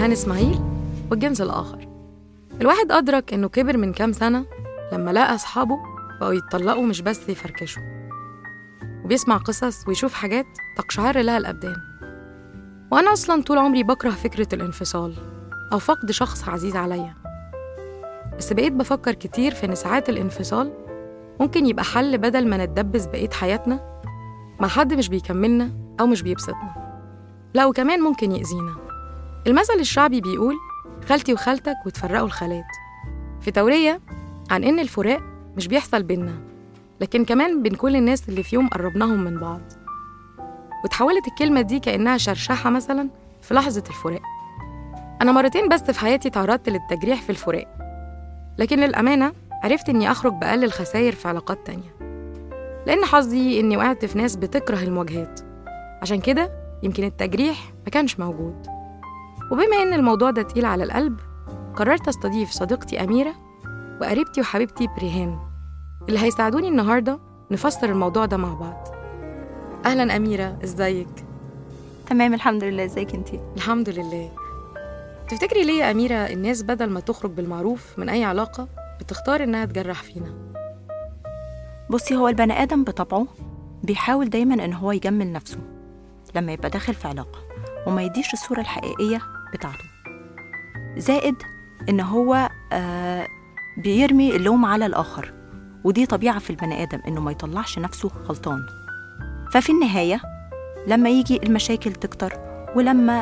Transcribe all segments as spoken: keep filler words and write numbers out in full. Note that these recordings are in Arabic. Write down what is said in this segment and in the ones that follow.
إلهام إسماعيل والجنس الآخر. الواحد أدرك إنه كبر من كام سنة لما لقى أصحابه بقوا يتطلقوا مش بس يفركشوا، وبيسمع قصص ويشوف حاجات تقشعر لها الأبدان. وأنا أصلاً طول عمري بكره فكرة الانفصال أو فقد شخص عزيز عليا، بس بقيت بفكر كتير في إن ساعات الانفصال ممكن يبقى حل بدل ما نتدبس بقية حياتنا مع حد مش بيكملنا أو مش بيبسطنا، لا وكمان ممكن يأذينا. المثل الشعبي بيقول خالتي وخالتك وتفرقوا الخالات، في تورية عن إن الفراق مش بيحصل بينا، لكن كمان بين كل الناس اللي في يوم قربناهم من بعض. وتحولت الكلمة دي كأنها شرشحة مثلاً في لحظة الفراق. أنا مرتين بس في حياتي تعرضت للتجريح في الفراق، لكن للأمانة عرفت إني أخرج بأقل الخسائر في علاقات تانية، لأن حظي إني وقعت في ناس بتكره المواجهات، عشان كده يمكن التجريح ما كانش موجود. وبما إن الموضوع ده تقيل على القلب، قررت أستضيف صديقتي أميرة وقريبتي وحبيبتي بريهان اللي هيساعدوني النهاردة نفسر الموضوع ده مع بعض. أهلاً أميرة، إزيك؟ تمام الحمد لله، إزيك أنتي؟ الحمد لله. تفتكري ليه يا أميرة الناس بدل ما تخرج بالمعروف من أي علاقة بتختار إنها تجرح فينا؟ بصي، هو البني آدم بطبعه بيحاول دايماً إن هو يجمل نفسه لما يبقى داخل في علاقة وما يديش الصورة الحقيقية بتاعته، زائد إن هو آه بيرمي اللوم على الآخر، ودي طبيعة في البني آدم إنه ما يطلعش نفسه غلطان. ففي النهاية لما يجي المشاكل تكتر ولما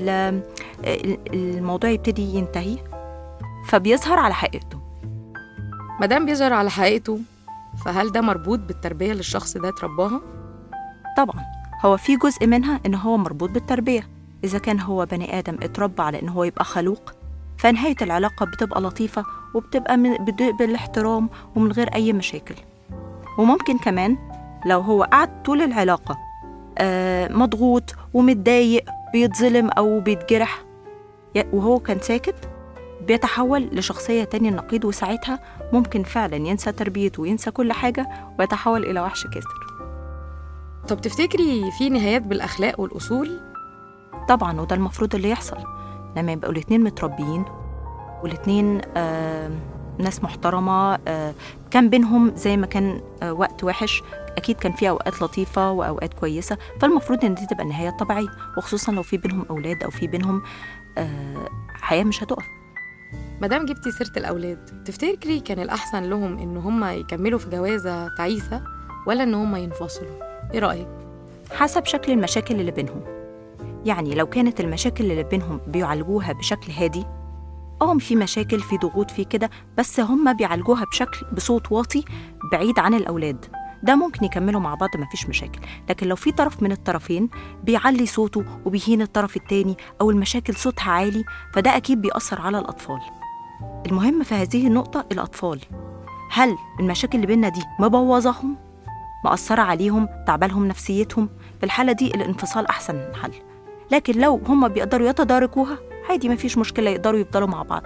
الموضوع يبتدي ينتهي فبيظهر على حقيقته. مادام بيظهر على حقيقته، فهل ده مربوط بالتربية اللي الشخص ده ترباها؟ طبعاً هو في جزء منها إنه هو مربوط بالتربية. إذا كان هو بني آدم اتربى على إنه هو يبقى خلوق، فنهاية العلاقة بتبقى لطيفة وبتبقى بالاحترام ومن غير أي مشاكل. وممكن كمان لو هو قعد طول العلاقة آه مضغوط ومتضايق، بيتظلم أو بيتجرح وهو كان ساكت، بيتحول لشخصية تانية النقيض، وساعتها ممكن فعلا ينسى تربيته وينسى كل حاجة ويتحول إلى وحش كسر. طب تفتكري في نهايات بالأخلاق والأصول؟ طبعا، وده المفروض اللي يحصل لما يبقوا الاتنين متربيين والاتنين آه ناس محترمة، آه كان بينهم زي ما كان آه وقت وحش، أكيد كان في أوقات لطيفة وأوقات كويسة، فالمفروض إن دي تبقى النهاية الطبيعية، وخصوصا لو في بينهم أولاد أو في بينهم آه حياة مش هتقف. مادام جبتي سيرة الأولاد، تفتكري كان الأحسن لهم إن هم يكملوا في جوازة تعيسة ولا إن هم ينفصلوا؟ إيه رأيك؟ حسب شكل المشاكل اللي بينهم. يعني لو كانت المشاكل اللي بينهم بيعالجوها بشكل هادي، اه في مشاكل في ضغوط في كده، بس هم بيعالجوها بشكل بصوت واطي بعيد عن الأولاد، ده ممكن يكملوا مع بعض مفيش مشاكل. لكن لو في طرف من الطرفين بيعلي صوته وبيهين الطرف التاني أو المشاكل صوتها عالي، فده أكيد بيأثر على الأطفال. المهم في هذه النقطة الأطفال، هل المشاكل اللي بيننا دي مبوظهم، مأثرة عليهم، تعبالهم نفسيتهم؟ في الحالة دي الانفصال أحسن حل. لكن لو هم بيقدروا يتداركوها عادي مفيش مشكلة، يقدروا يفضلوا مع بعض.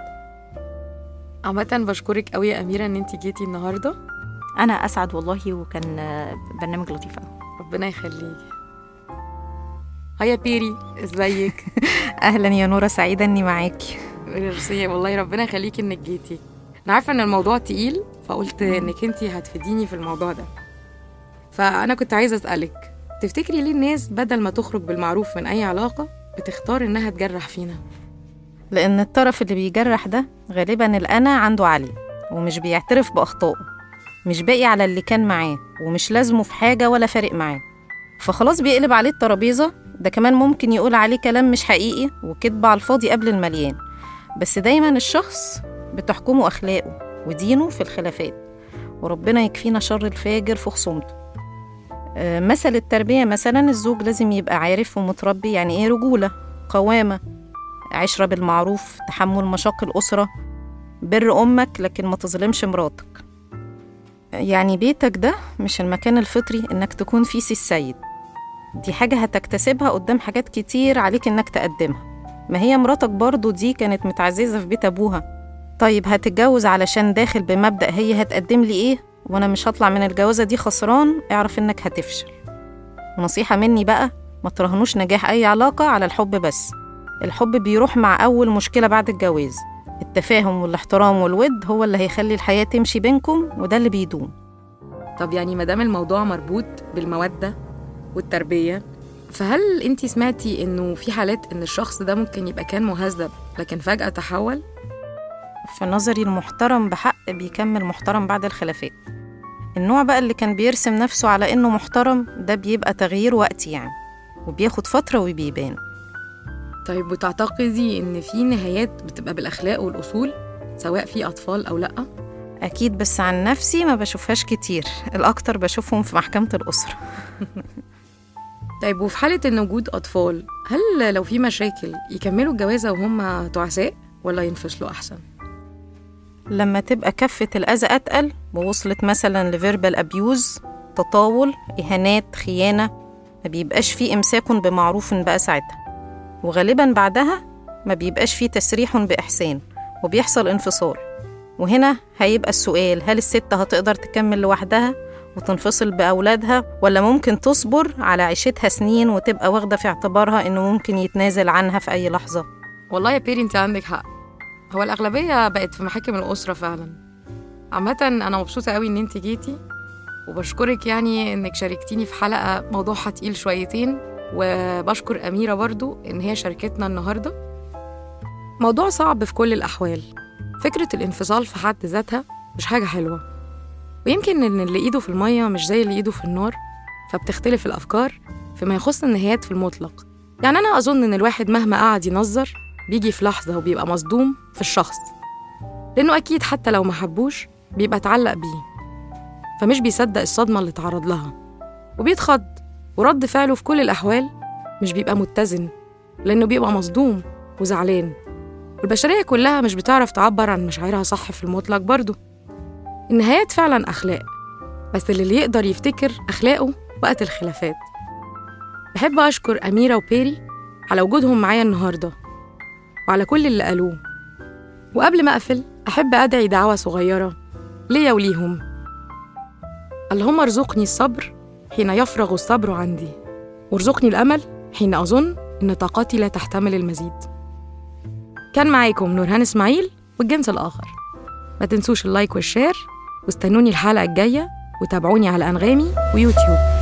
عامة بشكرك قوي يا أميرة إن أنتي جيتي النهاردة. أنا أسعد والله، وكان برنامج لطيف قوي. ربنا يخليك. هيا بيري، إزيك؟ أهلا يا نورة، سعيدة إني معاكي. ميرسي والله، ربنا يخليكي إنك جيتي. أنا عارفة إن الموضوع تقيل، فقلت إنك أنتي هتفيديني في الموضوع ده. فأنا كنت عايزة أسألك، تفتكري ليه الناس بدل ما تخرج بالمعروف من أي علاقة بتختار إنها تجرح فينا؟ لأن الطرف اللي بيجرح ده غالباً الأنا عنده عالي ومش بيعترف بأخطائه، مش باقي على اللي كان معاه ومش لازمه في حاجة ولا فارق معاه، فخلاص بيقلب عليه الترابيزة. ده كمان ممكن يقول عليه كلام مش حقيقي وكذب على الفاضي قبل المليان. بس دايماً الشخص بتحكمه أخلاقه ودينه في الخلافات، وربنا يكفينا شر الفاجر في خصومته. مثل التربية مثلا، الزوج لازم يبقى عارف ومتربي يعني ايه رجولة، قوامة، عشرة بالمعروف، تحمل مشاق الأسرة، بر أمك لكن ما تظلمش مراتك. يعني بيتك ده مش المكان الفطري إنك تكون فيه سي السيد، دي حاجة هتكتسبها قدام حاجات كتير عليك إنك تقدمها. ما هي مراتك برضو دي كانت متعززة في بيت أبوها، طيب هتتجوز علشان داخل بمبدأ هي هتقدم لي إيه وأنا مش هطلع من الجوازة دي خسران، اعرف إنك هتفشل. ونصيحة مني بقى، ما تراهنوش نجاح أي علاقة على الحب بس، الحب بيروح مع أول مشكلة بعد الجواز. التفاهم والاحترام والود هو اللي هيخلي الحياة تمشي بينكم، وده اللي بيدوم. طب يعني مادام الموضوع مربوط بالمودة والتربية، فهل انتي سمعتي انه في حالات ان الشخص ده ممكن يبقى كان مهذب لكن فجأة تحول؟ في نظري المحترم بحق بيكمل محترم بعد الخلافات. النوع بقى اللي كان بيرسم نفسه على إنه محترم ده بيبقى تغيير وقتي يعني، وبياخد فترة وبيبان. طيب وتعتقدي ان في نهايات بتبقى بالأخلاق والأصول سواء في أطفال أو لأ؟ أكيد، بس عن نفسي ما بشوفهاش كتير، الأكتر بشوفهم في محكمة الأسرة. طيب وفي حالة إن وجود أطفال، هل لو في مشاكل يكملوا الجوازة وهم تعساء ولا ينفصلوا أحسن؟ لما تبقى كفة الأذى أتقل ووصلت مثلا لفيربال أبيوز، تطاول، إهانات، خيانة، ما بيبقاش فيه إمساك بمعروف بقى ساعتها، وغالبا بعدها ما بيبقاش فيه تسريح بإحسان وبيحصل انفصال. وهنا هيبقى السؤال، هل الست هتقدر تكمل لوحدها وتنفصل بأولادها، ولا ممكن تصبر على عيشتها سنين وتبقى واخدة في اعتبارها إنه ممكن يتنازل عنها في أي لحظة؟ والله يا بيري انت عندك حق، هو الأغلبية بقت في محاكم الأسرة فعلا. عامة أنا مبسوطة قوي إن انت جيتي، وبشكرك يعني إنك شاركتيني في حلقة موضوعها تقيل شويتين، وبشكر أميرة برضو إن هي شاركتنا النهاردة. موضوع صعب في كل الأحوال، فكرة الانفصال في حد ذاتها مش حاجة حلوة، ويمكن إن اللي إيده في المية مش زي اللي إيده في النار، فبتختلف الأفكار فيما يخص النهايات في المطلق. يعني أنا أظن إن الواحد مهما قعد ينظر بيجي في لحظة وبيبقى مصدوم في الشخص، لأنه أكيد حتى لو ما حبوش بيبقى اتعلق بيه، فمش بيصدق الصدمة اللي تعرض لها وبيتخض، ورد فعله في كل الأحوال مش بيبقى متزن، لأنه بيبقى مصدوم وزعلان. والبشرية كلها مش بتعرف تعبر عن مشاعرها صح في المطلق برضو. النهايات فعلا أخلاق، بس اللي يقدر يفتكر أخلاقه وقت الخلافات. بحب أشكر أميرة وبيري على وجودهم معايا النهاردة وعلى كل اللي قالوه. وقبل ما أقفل أحب أدعي دعوة صغيرة ليا وليهم: اللهم ارزقني الصبر حين يفرغ الصبر عندي، وارزقني الأمل حين أظن إن طاقتي لا تحتمل المزيد. كان معاكم نورهان إسماعيل والجنس الآخر. ما تنسوش اللايك والشير، واستنوني الحلقة الجاية، وتابعوني على أنغامي ويوتيوب.